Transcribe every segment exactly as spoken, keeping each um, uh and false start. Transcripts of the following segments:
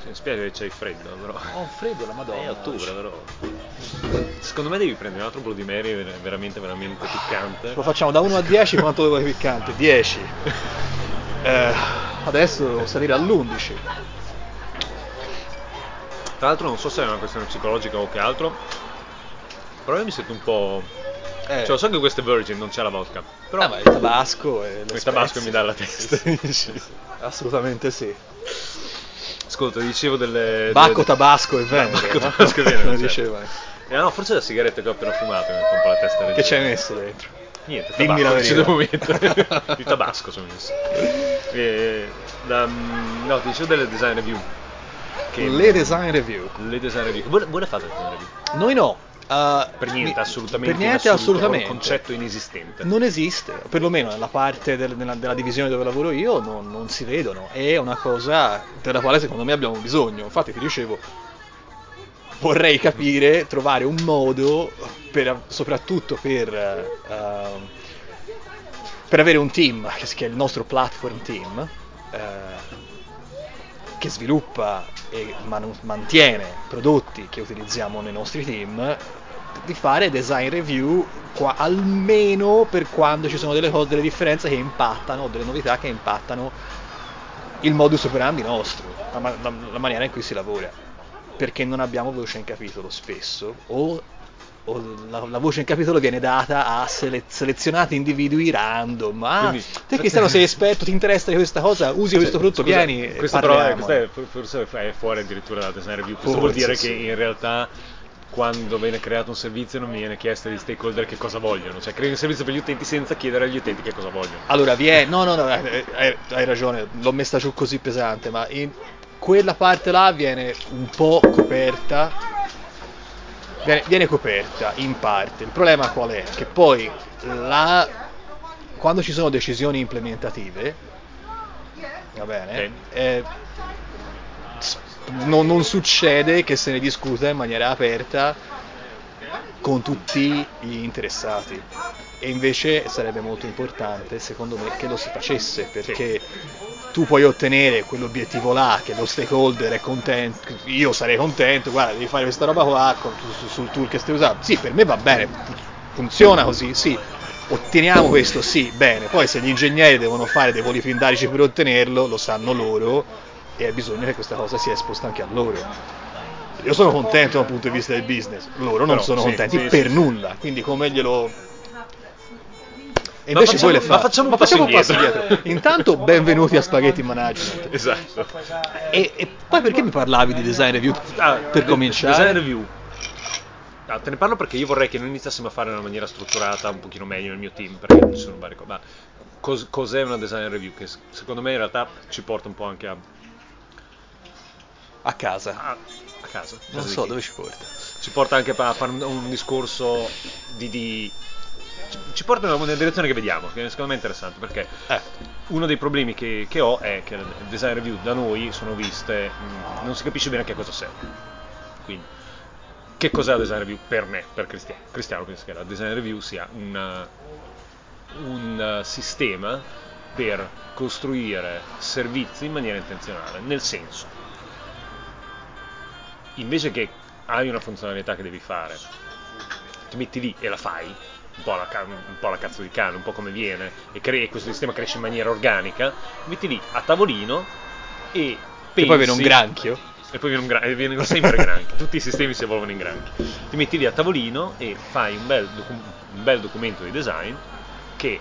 Mi spiace che c'hai freddo, però. Ho un freddo, la madonna. È ottobre, però. Secondo me devi prendere un altro Bloody Mary veramente, veramente piccante. Lo facciamo da uno a dieci, quanto lo vuoi piccante? dieci. Eh, adesso devo salire all'undici. Tra l'altro non so se è una questione psicologica o che altro, però io mi sento un po'... Eh. Cioè, lo so che questo è Virgin, non c'è la vodka. Però Ah, ma il tabasco e le il tabasco spezie. mi dà la testa. Sì, sì, sì, sì. Assolutamente sì. Ascolta, dicevo delle... Bacco, delle... tabasco e Veneto. Bacco, no? tabasco e Veneto, Come certo. diceva. Eh, no, forse è la sigaretta che ho appena fumato mi fa un po' la testa leggera. Che ci hai messo dentro? Niente, Dimmi tabasco, la ci verità. devo mettere. Il tabasco sono messo. E, da, no, ti dicevo delle design review. Che, Le design review. Le design review. Voi, voi le fate le design review? Noi no. Uh, Per niente, mi- assolutamente. Per niente, in assoluto, assolutamente. È un concetto inesistente. Non esiste, perlomeno nella parte del- della, della divisione dove lavoro io non, non si vedono. È una cosa della quale secondo me abbiamo bisogno. Infatti ti dicevo, vorrei capire, trovare un modo, per, soprattutto per, eh, per avere un team, che è il nostro platform team, eh, che sviluppa e man- mantiene prodotti che utilizziamo nei nostri team, di fare design review qua, almeno per quando ci sono delle cose, delle differenze che impattano, delle novità che impattano il modus operandi nostro, la, ma- la- la maniera in cui si lavora, perché non abbiamo voce in capitolo spesso, o, o la, la voce in capitolo viene data a sele- selezionati individui random. Ah, Quindi- te Cristiano sei esperto, ti interessa di questa cosa, usi questo prodotto, Scusa, vieni e questo però è, parliamo. questa è, forse è fuori addirittura dalla design review. Questo Forse vuol dire sì. che in realtà quando viene creato un servizio non viene chiesto agli stakeholder che cosa vogliono, cioè crei un servizio per gli utenti senza chiedere agli utenti che cosa vogliono. Allora, vi è... No, no, no, hai, hai ragione, l'ho messa giù così pesante, ma in quella parte là viene un po' coperta, viene, viene coperta in parte. Il problema qual è? Che poi la, quando ci sono decisioni implementative, va bene, Ok. eh, non, non succede che se ne discuta in maniera aperta con tutti gli interessati, e invece sarebbe molto importante secondo me che lo si facesse, perché tu puoi ottenere quell'obiettivo là, che lo stakeholder è contento, io sarei contento, guarda devi fare questa roba qua con, su, sul tool che stai usando, sì, per me va bene, funziona così, sì, otteniamo questo, sì, bene, poi se gli ingegneri devono fare dei voli pindarici per ottenerlo, lo sanno loro, e hai bisogno che questa cosa sia esposta anche a loro. Io sono contento dal punto di vista del business, loro non Però, sono sì, contenti sì, per sì, nulla, quindi come glielo... E Ma invece facciamo- voi le ma fate. facciamo un Ma passo facciamo un passo indietro. indietro. Intanto benvenuti a Spaghetti Management. Esatto. E, e poi perché mi parlavi di design review Ah, per de- cominciare? Design review. Ah, te ne parlo perché io vorrei che noi iniziassimo a fare in una maniera strutturata un pochino meglio nel mio team, perché ci sono varie cose. Ma cos- cos'è una design review? Che s- secondo me in realtà ci porta un po' anche a, A casa. a, a casa. Non Casa di so chi? dove ci porta. Ci porta anche a fare un, un discorso di, di ci, ci porta in una direzione che vediamo, che secondo me è interessante, perché Eh. uno dei problemi che, che ho è che le design review da noi sono viste, mh, non si capisce bene a che cosa serve. Quindi, che cos'è la design review per me, per Cristiano? Cristiano pensa che la design review sia una, un uh, sistema per costruire servizi in maniera intenzionale, nel senso, invece che hai una funzionalità che devi fare, ti metti lì e la fai, un po' la, ca- un po' la cazzo di cane, un po' come viene, e cre- questo sistema cresce in maniera organica, ti metti lì a tavolino e pensi... Che poi viene un granchio. E poi viene un gra- viene sempre granchio, tutti i sistemi si evolvono in granchio. Ti metti lì a tavolino e fai un bel, docu- un bel documento di design che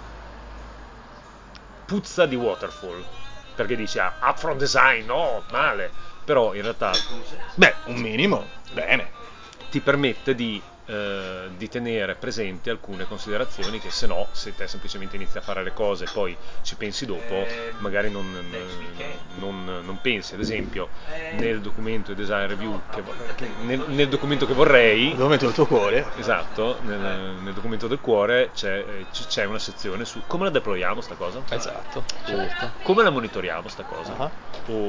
puzza di waterfall, perché dici ah, upfront design, no, male, però in realtà Beh, un minimo. Bene. ti permette di, eh, di tenere presenti alcune considerazioni che se no, se te semplicemente inizi a fare le cose e poi ci pensi dopo, magari non, non, non pensi. Ad esempio nel documento di design review che, vo- che- nel, nel documento che vorrei, Dove metto il tuo cuore? esatto, nel, nel documento del cuore c'è, eh, c- c'è una sezione su come la deployiamo sta cosa, Esatto. o come la monitoriamo sta cosa, Ah. o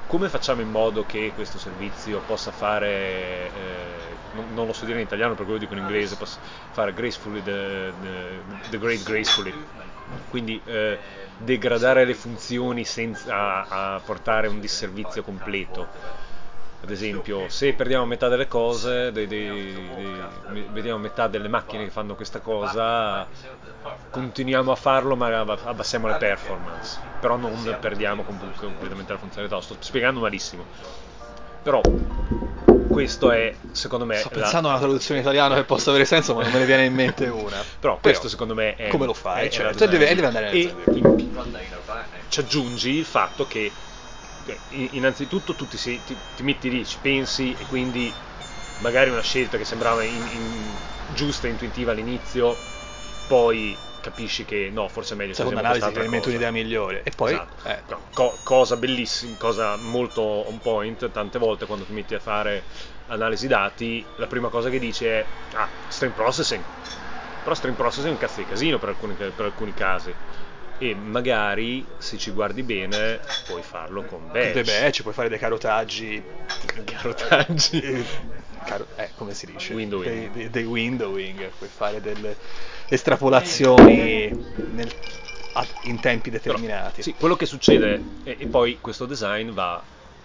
come facciamo in modo che questo servizio possa fare, eh, non, non lo so dire in italiano perché lo dico in inglese, possa fare gracefully the, the, the great gracefully, quindi eh, degradare le funzioni senza a portare un disservizio completo. Ad esempio, se perdiamo metà delle cose, dei, dei, dei, vediamo metà delle macchine che fanno questa cosa, continuiamo a farlo ma abbassiamo le performance, però non perdiamo comunque completamente la funzionalità. Sto spiegando malissimo, però questo è, secondo me, sto la... pensando a una traduzione italiana che possa avere senso, ma non me ne viene in mente una. Però questo, però, secondo me, è come lo fai? È, certo, è deve, deve andare e in, ci aggiungi il fatto che innanzitutto tu ti, sei, ti, ti metti lì, ci pensi e quindi magari una scelta che sembrava in, in, giusta e intuitiva all'inizio, poi capisci che no, forse è meglio se seconda analisi ti inventi un'idea migliore e poi esatto. eh. no, co- cosa bellissima, cosa molto on point, tante volte quando ti metti a fare analisi dati la prima cosa che dici è ah, stream processing, però stream processing è un cazzo di casino per alcuni, per alcuni casi e magari se ci guardi bene puoi farlo con batch, con dei batch puoi fare dei carotaggi carotaggi eh, caro- eh, come si dice windowing. dei, dei, dei windowing, puoi fare delle estrapolazioni nel, a, in tempi determinati. Però, sì, quello che succede e, e poi questo design va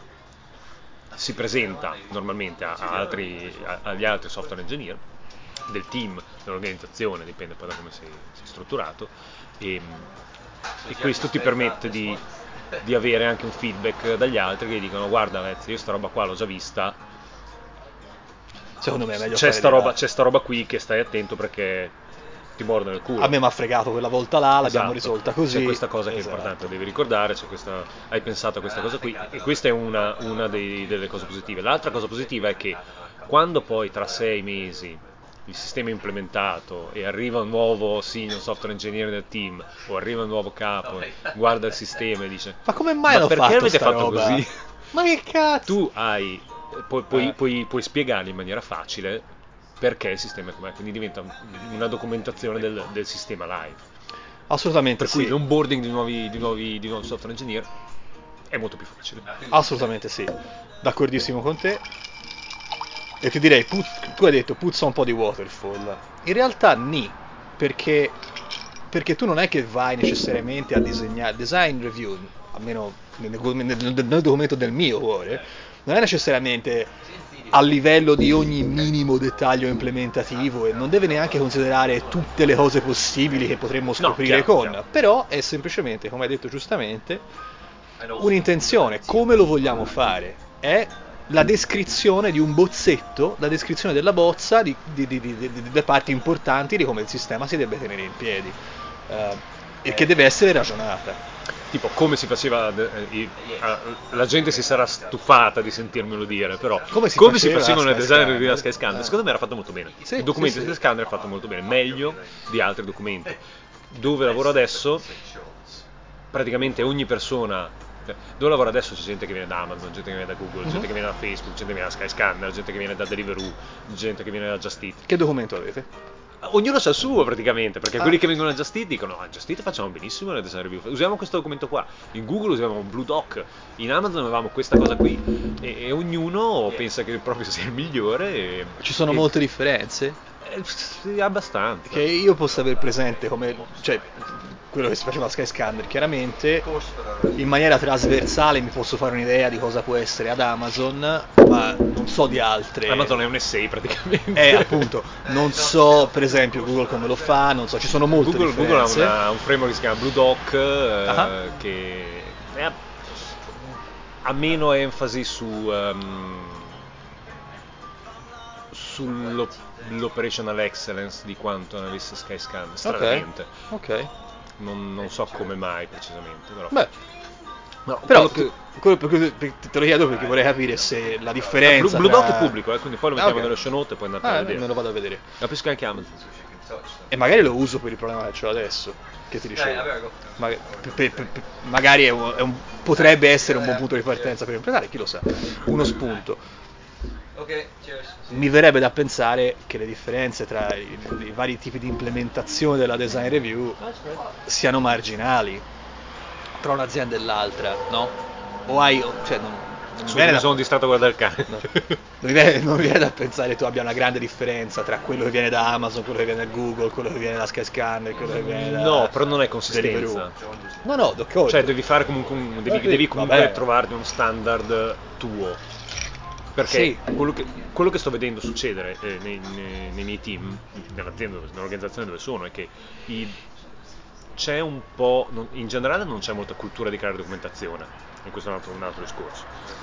si presenta normalmente a, a altri, a, agli altri software engineer del team, dell'organizzazione, dipende poi da come sei, sei strutturato e, e questo ti permette di, di avere anche un feedback dagli altri che dicono guarda Vezzi, io sta roba qua l'ho già vista, secondo me è meglio c'è fare sta, roba, là. c'è sta roba qui che stai attento perché ti mordono il culo. A me mi ha fregato quella volta là, l'abbiamo esatto. risolta così. C'è questa cosa che esatto. è importante, devi ricordare, c'è questa, hai pensato a questa cosa qui e questa è una, una dei, delle cose positive. L'altra cosa positiva è che quando poi tra sei mesi il sistema è implementato e arriva un nuovo senior software engineer del team o arriva un nuovo capo, guarda il sistema e dice ma come mai ma l'ho perché fatto avete sta fatto roba? così? Ma che cazzo? Tu hai puoi, puoi, Eh. puoi, puoi spiegargli in maniera facile perché il sistema è com'è, quindi diventa una documentazione del, del sistema live. Assolutamente Per cui sì. l'onboarding di nuovi, di, nuovi, di nuovi software engineer è molto più facile. Assolutamente sì. D'accordissimo con te. E ti direi, puz- tu hai detto puzza un po' di waterfall. In realtà ni, perché, perché tu non è che vai necessariamente a disegnare design review, almeno nel, nel, nel, nel documento del mio cuore, non è necessariamente a livello di ogni minimo dettaglio implementativo e non deve neanche considerare tutte le cose possibili che potremmo scoprire No, chiaro, con, chiaro. però è semplicemente, come hai detto giustamente, un'intenzione. Come lo vogliamo fare? È la descrizione di un bozzetto, la descrizione della bozza di, di, di, di, di, delle parti importanti di come il sistema si deve tenere in piedi, uh, e che deve essere ragionata. Tipo come si faceva, eh, la gente si sarà stufata di sentirmelo dire, però come si come faceva, si faceva nel design review della Skyscanner, Skyscanner, secondo me era fatto molto bene. Sì, il documento sì, di sì. Skyscanner è fatto molto bene, meglio di altri documenti. Dove lavoro adesso, praticamente ogni persona, dove lavoro adesso c'è gente che viene da Amazon, gente che viene da Google, Mhm. gente che viene da Facebook, gente che viene da Skyscanner, gente che viene da Deliveroo, gente che viene da Just Eat. Che documento avete? Ognuno sa il suo praticamente, perché Ah. quelli che vengono da Just Eat dicono ah, Just Eat facciamo benissimo nel design review, usiamo questo documento qua, in Google usiamo un Blue Doc, in Amazon avevamo questa cosa qui e, e ognuno pensa che il proprio sia il migliore e, Ci sono e, molte differenze? eh, sì, abbastanza. Che io posso aver presente come, cioè, quello che si faceva a Skyscanner, chiaramente in maniera trasversale mi posso fare un'idea di cosa può essere ad Amazon, ma non so di altre. Amazon è un essay praticamente. Eh, appunto, non so per esempio Google come lo fa, non so, ci sono molte Google, Google ha differenze. una, un framework che si chiama Blue Doc, eh, Ah. che è, ha meno enfasi su um, sull'operational excellence di quanto ne avesse Skyscanner, stranamente. Ok, ok. Non, non so come mai precisamente, però. Beh, No, però quello che... quello per cui te lo chiedo perché vorrei capire se la differenza Blue, Blue tra... Doc è pubblico, eh, quindi poi lo Ah, mettiamo ok. nelle show note e poi andate Ah, a vedere. me lo vado a vedere. La penso che anche Amazon. E magari lo uso per il problema che ho adesso, che ti dicevo. Maga- per- per- per- magari è un, è un- potrebbe essere un buon punto di partenza per imparare, chi lo sa. Uno spunto. Mi verrebbe da pensare che le differenze tra i, i vari tipi di implementazione della design review siano marginali tra un'azienda e l'altra, no? O hai, cioè, non, non Scusa, viene mi da- sono distratto a guardare il cane. no, non viene, non viene da pensare che tu abbia una grande differenza tra quello che viene da Amazon, quello che viene da Google, quello che viene da Skyscanner, quello che viene da No, però non è Deliveroo. consistenza. No, no, d'accordo. Cioè devi fare comunque un- devi, Sì, devi comunque vabbè. trovarti uno standard tuo. Perché Sì. quello, che, quello che sto vedendo succedere eh, nei, nei- nei miei team, nell'azienda, dove- nell'organizzazione dove sono, è che i- c'è un po', non- in generale non c'è molta cultura di creare documentazione, e questo è un altro, un altro discorso.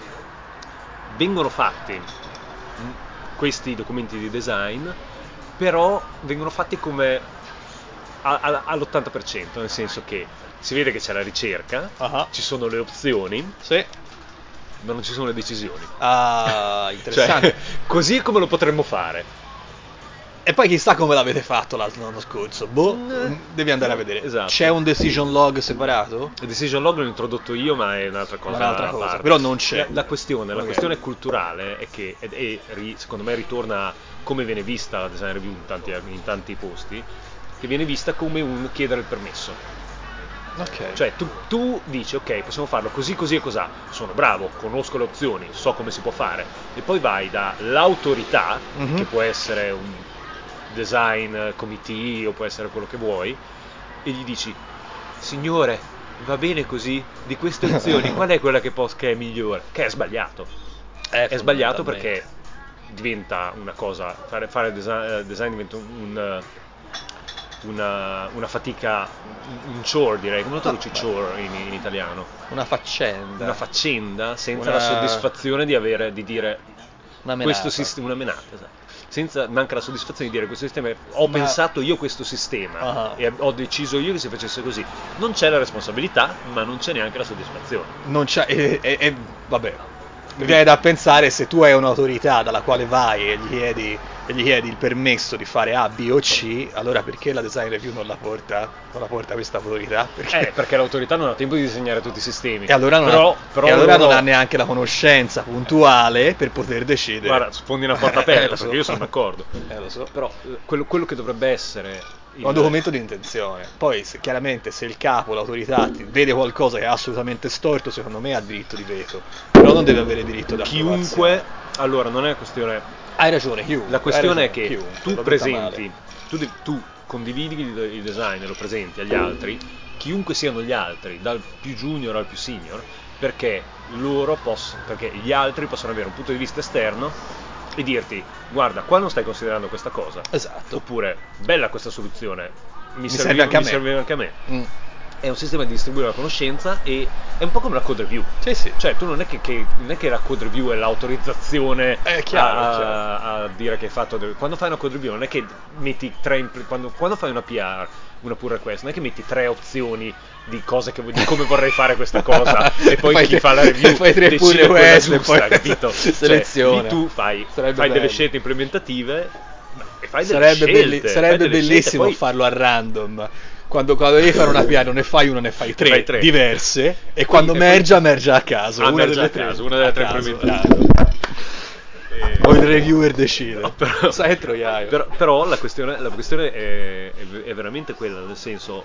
Vengono fatti mh, questi documenti di design, però vengono fatti come a- a- all'ottanta per cento, nel senso che si vede che c'è la ricerca, Ah. ci sono le opzioni, Sì. ma non ci sono le decisioni. Ah, Cioè, interessante. così è come lo potremmo fare. E poi chissà come l'avete fatto l'altro l'anno scorso. Boh, Mm, devi andare a no, vedere. esatto. C'è un decision log separato? Il decision log l'ho introdotto io, ma è un'altra cosa. Ma è un'altra a cosa, parte. però non c'è. La, la questione, la Ok. questione culturale è che, e, e ri- secondo me ritorna a come viene vista la design review in tanti, in tanti posti, che viene vista come un chiedere il permesso. Ok. Cioè tu, tu dici ok, possiamo farlo così, così e cos'ha, sono bravo, conosco le opzioni, so come si può fare, e poi vai dall'autorità, Mhm. che può essere un design committee o può essere quello che vuoi, e gli dici signore, va bene così, di queste opzioni qual è quella che, pos- che è migliore? Che è sbagliato. Eh, È sbagliato fondamentalmente. perché diventa una cosa, fare, fare design, eh, design diventa un, un, una, una fatica, un, un chore direi, come lo traduci beh. chore in, in italiano? Una faccenda. Una faccenda senza Una- la soddisfazione di avere, di dire Una menata. questo sistema, una menata, esatto. Senza manca la soddisfazione di dire questo sistema, è- ho Ma- pensato io questo sistema Ah. e ho deciso io che si facesse così. Non c'è la responsabilità, ma non c'è neanche la soddisfazione. Non c'è. E, e- e- vabbè. Mi viene da pensare se tu hai un'autorità dalla quale vai e gli chiedi, e gli chiedi il permesso di fare A, B o C, allora perché la design review non la porta, non la porta questa autorità? Perché... Eh, perché l'autorità non ha tempo di disegnare tutti i sistemi. E allora, non, però, ha, però e allora loro- non ha neanche la conoscenza puntuale per poter decidere. Guarda, sfondi una porta Eh, aperta, lo so. perché io sono d'accordo. Eh, lo so. Però eh, quello, quello che dovrebbe essere il- È un documento di intenzione. Poi, se- chiaramente, se il capo, l'autorità, ti vede qualcosa che è assolutamente storto, secondo me ha diritto di veto. Però non deve avere diritto di chiunque, allora non è una questione. Hai ragione, chiunque. La questione hai è ragione, che chiunque, tu l'ho detta presenti, male. tu, de- tu condividi il, il design e lo presenti agli altri, chiunque siano gli altri, dal più junior al più senior, perché loro possono, perché gli altri possono avere un punto di vista esterno e dirti guarda, qua non stai considerando questa cosa, Esatto. oppure bella questa soluzione, mi, Mi serve, serve anche a mi me. serve anche a me. Mm. È un sistema di distribuire la conoscenza e è un po' come la code review. Sì, sì. Cioè, tu non è che, che- non è che la code review è l'autorizzazione È chiaro, a, è chiaro. a dire che hai fatto. del- Quando fai una code review, non è che metti tre. impl- Quando, quando fai una P R, una pull request, non è che metti tre opzioni di cose che di come vorrei fare questa cosa e poi Fai chi tre- fa la review fai tre pull decide quella request e giusta, poi capito? Cioè, seleziona. lì tu fai, Sarebbe fai delle bello. scelte implementative e fai delle Sarebbe, scelte. belli- fai sarebbe delle scelte, bellissimo poi- farlo a random. Quando, quando devi fare una P R non ne fai una, ne fai tre, Fai tre. diverse. E Poi- quando e poi- mergia, mergia a caso. Ah, una mergia delle a tre. caso, una delle a tre caso, implementative. eh. O il reviewer decide. No, però- Sai, è troiaio. Però, però la questione, la questione è, è, è veramente quella, nel senso,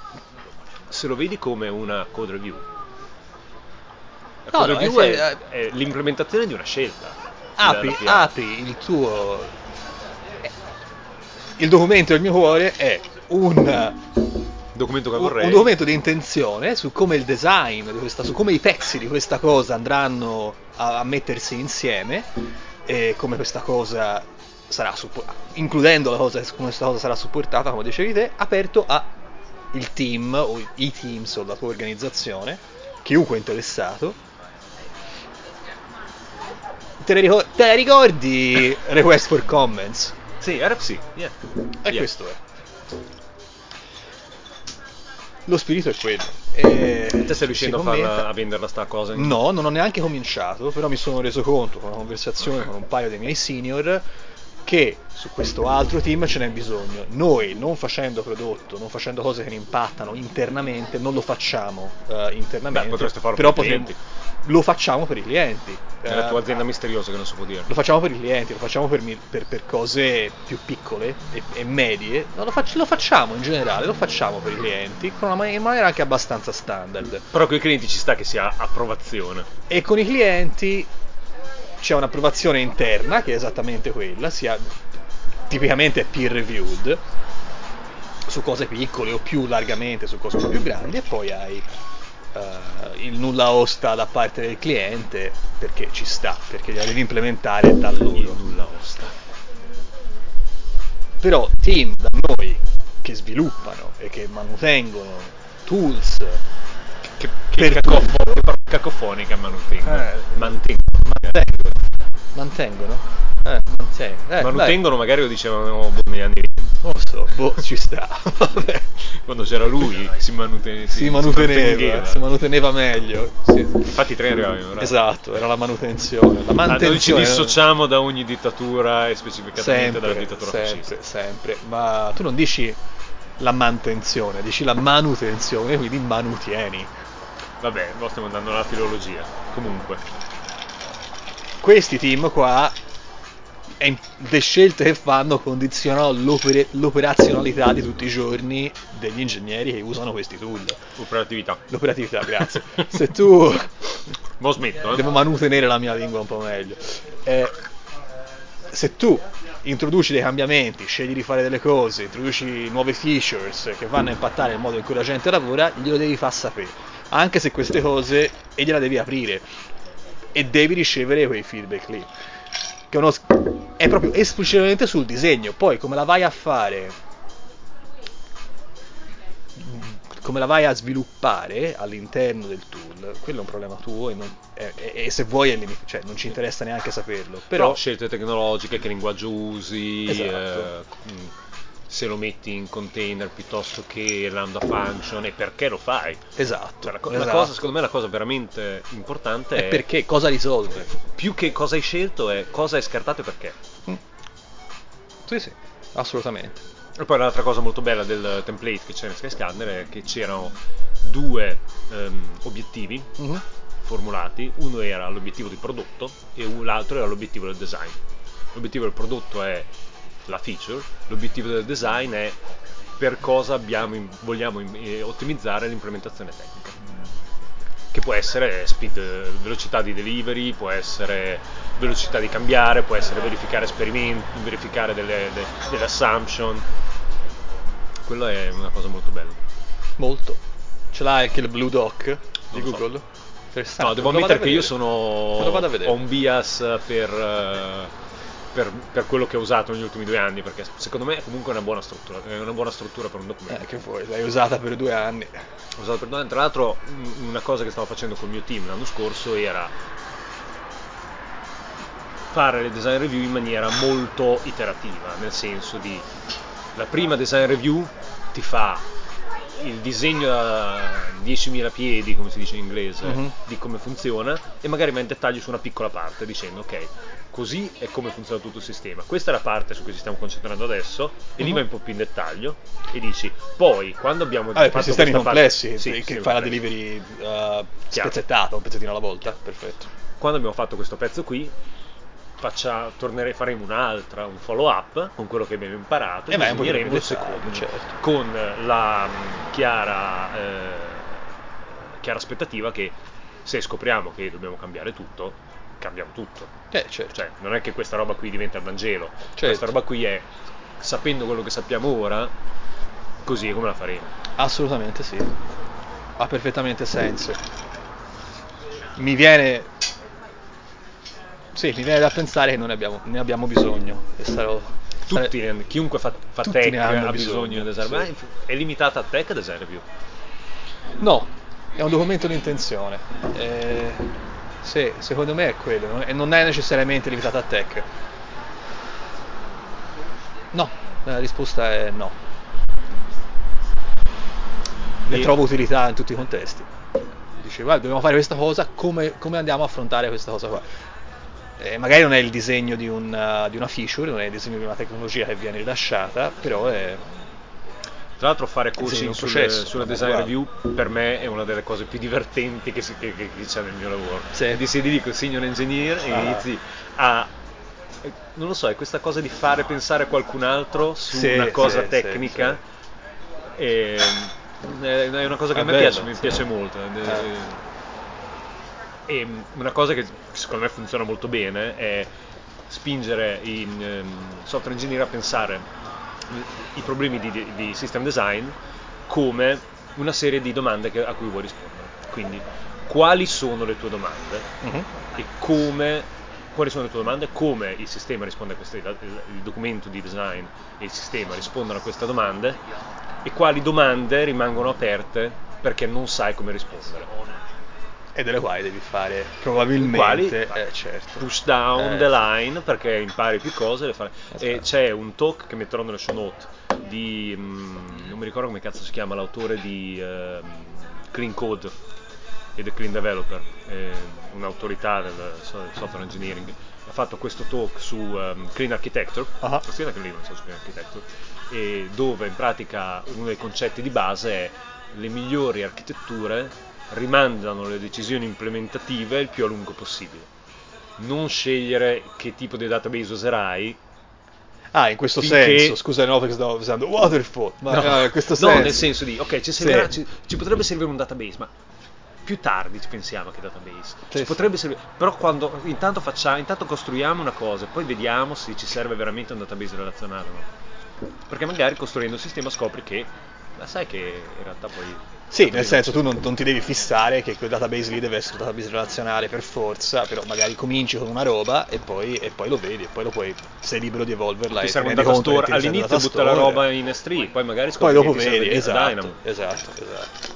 se lo vedi come una code review, la No, code no, review è- è, è l'implementazione di una scelta. Apri, La P R. apri il tuo. Il documento del mio cuore è un. Documento che un, vorrei. un documento di intenzione su come il design di questa, su come i pezzi di questa cosa andranno a, a mettersi insieme e come questa cosa sarà suppo- includendo la cosa, come questa cosa sarà supportata, come dicevi te, aperto a il team o i teams o la tua organizzazione, chiunque interessato. Te, le ricor- te la ricordi request for comments? Sì, R F C, yeah. E Yeah. questo è. Lo spirito è quello. E Te stai riuscendo a, si farla, commenta- a venderla sta cosa? in- No, non ho neanche cominciato, però mi sono reso conto con una conversazione con un paio dei miei senior che su questo altro team ce n'è bisogno. Noi, non facendo prodotto, non facendo cose che ne impattano internamente, non lo facciamo eh, internamente. Beh, potreste farlo però per i potremmo, clienti. lo facciamo per i clienti. Nella Eh, tua azienda misteriosa che non so può dire. Lo facciamo per i clienti, lo facciamo per, mi- per- per cose più piccole e, e medie, no, lo, fac- lo facciamo in generale, lo facciamo per i clienti con una ma- in maniera anche abbastanza standard. Però con i clienti ci sta che sia approvazione. E con i clienti c'è un'approvazione interna che è esattamente quella, sia tipicamente peer reviewed su cose piccole o più largamente su cose un po' più grandi, e poi hai eh, il nulla osta da parte del cliente perché ci sta, perché gliela devi implementare da Il loro. nulla osta. Però team da noi che sviluppano e che manutengono tools Che, che, per cacofo- tutto, che parola cacofonica mantengono. Eh, Mantengono. mantengono, mantengono, eh, mantengono, eh, Manutengono magari lo dicevano boh, negli anni venti. non lo so, boh, ci sta. Vabbè. Quando c'era lui si, manuten- Si manuteneva, manteneva. si manuteneva meglio. Sì. Infatti i treni arrivavano. bravo. Esatto, era la manutenzione. La Ah, noi ci manutenzione dissociamo da ogni dittatura e specificatamente dalla sempre, dittatura sempre, fascista. sempre. Ma tu non dici la manutenzione, dici la manutenzione, quindi manutieni. Vabbè, mo stiamo andando alla filologia. Comunque. Questi team qua, e le scelte che fanno condizionano l'opere- l'operazionalità di tutti i giorni degli ingegneri che usano questi tool. Operatività. L'operatività, grazie. Se tu... Mo smetto, eh. Devo manutenere la mia lingua un po' meglio. Eh, se tu introduci dei cambiamenti, scegli di fare delle cose, introduci nuove features che vanno a impattare il modo in cui la gente lavora, glielo devi far sapere. Anche se queste cose, e gliela devi aprire. E devi ricevere quei feedback lì. Che è, uno, è proprio esplicitamente sul disegno. Poi come la vai a fare, come la vai a sviluppare all'interno del tool, quello è un problema tuo e, non, e, e, e se vuoi è limit- cioè, non ci interessa neanche saperlo. Però, Però scelte tecnologiche, che linguaggio usi, Esatto. eh, mh, se lo metti in container piuttosto che lambda function e perché lo fai. esatto, Cioè, la, co- esatto. la cosa, secondo me la cosa veramente importante è è, perché cosa risolve. più che cosa hai scelto, è cosa hai scartato e perché. Mm. Sì, sì, assolutamente. E poi l'altra cosa molto bella del template che c'è in Skyscanner è che c'erano due ehm, obiettivi Mhm. formulati. Uno era l'obiettivo di prodotto e un- l'altro era l'obiettivo del design. L'obiettivo del prodotto è la feature, l'obiettivo del design è per cosa abbiamo in- vogliamo in- eh, ottimizzare l'implementazione tecnica. Che può essere speed, eh, velocità di delivery, può essere velocità di cambiare, può essere verificare esperimenti, verificare delle, de- delle assumption. Quello è una cosa molto bella. Molto. Ce l'hai anche il Blue Doc di Non lo so. Google? Interessante, No, devo me lo vado a ammettere che io vedere. sono Me lo vado a vedere. ho un bias per, eh, per, per quello che ho usato negli ultimi due anni, perché secondo me è comunque una buona struttura, è una buona struttura per un documento. Eh, che vuoi, l'hai usata per due anni. Ho usato per due anni. Tra l'altro, un- una cosa che stavo facendo col mio team l'anno scorso era fare le design review in maniera molto iterativa, nel senso di la prima design review ti fa il disegno a diecimila piedi, come si dice in inglese, Mhm. di come funziona e magari va in dettaglio su una piccola parte dicendo ok, così è come funziona tutto il sistema, questa è la parte su cui ci stiamo concentrando adesso e lì Mhm. vai un po' più in dettaglio e dici poi quando abbiamo Vabbè, per fatto sistemi questa complessi, parte, sì, che sistemi fai la complessi. delivery uh, spezzettata, un pezzettino alla volta. Perfetto. Quando abbiamo fatto questo pezzo qui faccia, tornerei, faremo un'altra, un follow up con quello che abbiamo imparato E vai un po' più disegneremo nel il dettaglio, secondo certo. con la mh, chiara, eh, chiara aspettativa che se scopriamo che dobbiamo cambiare tutto, cambiamo tutto. Eh, certo. Cioè, non è che questa roba qui diventa il Vangelo, Certo. questa roba qui è sapendo quello che sappiamo ora, così è come la faremo. Assolutamente sì. Ha perfettamente senso. Mi viene... Sì, mi viene da pensare che non ne abbiamo, ne abbiamo bisogno. E sarò... sare- Tutti, ne- chiunque fa, fa Tutti tech ne hanno ha bisogno bisogno, di design, sì. ma è- è limitata a tech design review. No, è un documento di intenzione. Eh, sì, secondo me è quello. non- E non è necessariamente limitato a tech. No, la risposta è no. Ne E- trovo utilità in tutti i contesti. Dici, guarda, dobbiamo fare questa cosa, come, come andiamo a affrontare questa cosa qua? Eh, magari non è il disegno di, un, uh, di una feature, non è il disegno di una tecnologia che viene rilasciata, però è... Tra l'altro fare Sì, coaching un sulle, processo, sulle ma design uguale. review per me è una delle cose più divertenti che, si, che, che, che c'è nel mio lavoro. Sì. Quindi si dedico il senior engineer e Ah. inizi a, eh, non lo so, è questa cosa di fare pensare qualcun altro su Sì, una cosa sì, tecnica. sì, E, è è una cosa che È a me bello, piace, mi sì. piace molto. Eh. E una cosa che secondo me funziona molto bene è spingere i ehm, software engineer a pensare i problemi di, di- di system design come una serie di domande che- a cui vuoi rispondere. Quindi, quali sono le tue domande Mhm. e come, quali sono le tue domande, come il sistema risponde a queste, il, il documento di design e il sistema rispondono a queste domande e quali domande rimangono aperte perché non sai come rispondere. E delle quali devi fare I quali probabilmente, eh, certo. push down Eh, the sì. line perché impari più cose le fare. E Esatto. c'è un talk che metterò nelle show note di mm, non mi ricordo come cazzo si chiama l'autore di ehm, Clean Code e The Clean Developer, è un'autorità del so- software engineering. Ha fatto questo talk su ehm, Clean Architecture, Ah. lo scrive anche lì, non so su Clean Architecture, e dove in pratica uno dei concetti di base è le migliori architetture rimandano le decisioni implementative il più a lungo possibile. Non scegliere che tipo di database userai. Ah, in questo Finché- senso, scusa, no, perché stavo usando waterfall, ma No, ah, in questo no, senso. nel senso di, ok, ci, Sì. servirà- ci- ci potrebbe servire un database, ma più tardi ci pensiamo che database. Sì, Ci sì. potrebbe servire, però quando intanto facciamo, intanto costruiamo una cosa e poi vediamo se ci serve veramente un database relazionale o no. Perché magari costruendo un sistema scopri che, ma sai che in realtà poi... Sì, nel senso tu non, non ti devi fissare che quel database lì deve essere un database relazionale per forza, però magari cominci con una roba e poi, e poi lo vedi e poi lo puoi, sei libero di evolverla Ti e serve un rendi data conto che store, ti serve un all'inizio data butta la store. roba in S tre, poi magari Poi scopri dopo che ti serve vedi, di- esatto, Dynamo. esatto, esatto.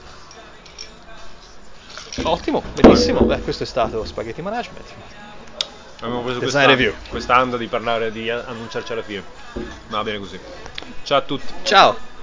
Ottimo, benissimo, beh, questo è stato Spaghetti Management. Abbiamo preso Design questa, review. questa anda di parlare, di annunciarci alla fine. Va bene così. Ciao a tutti. Ciao!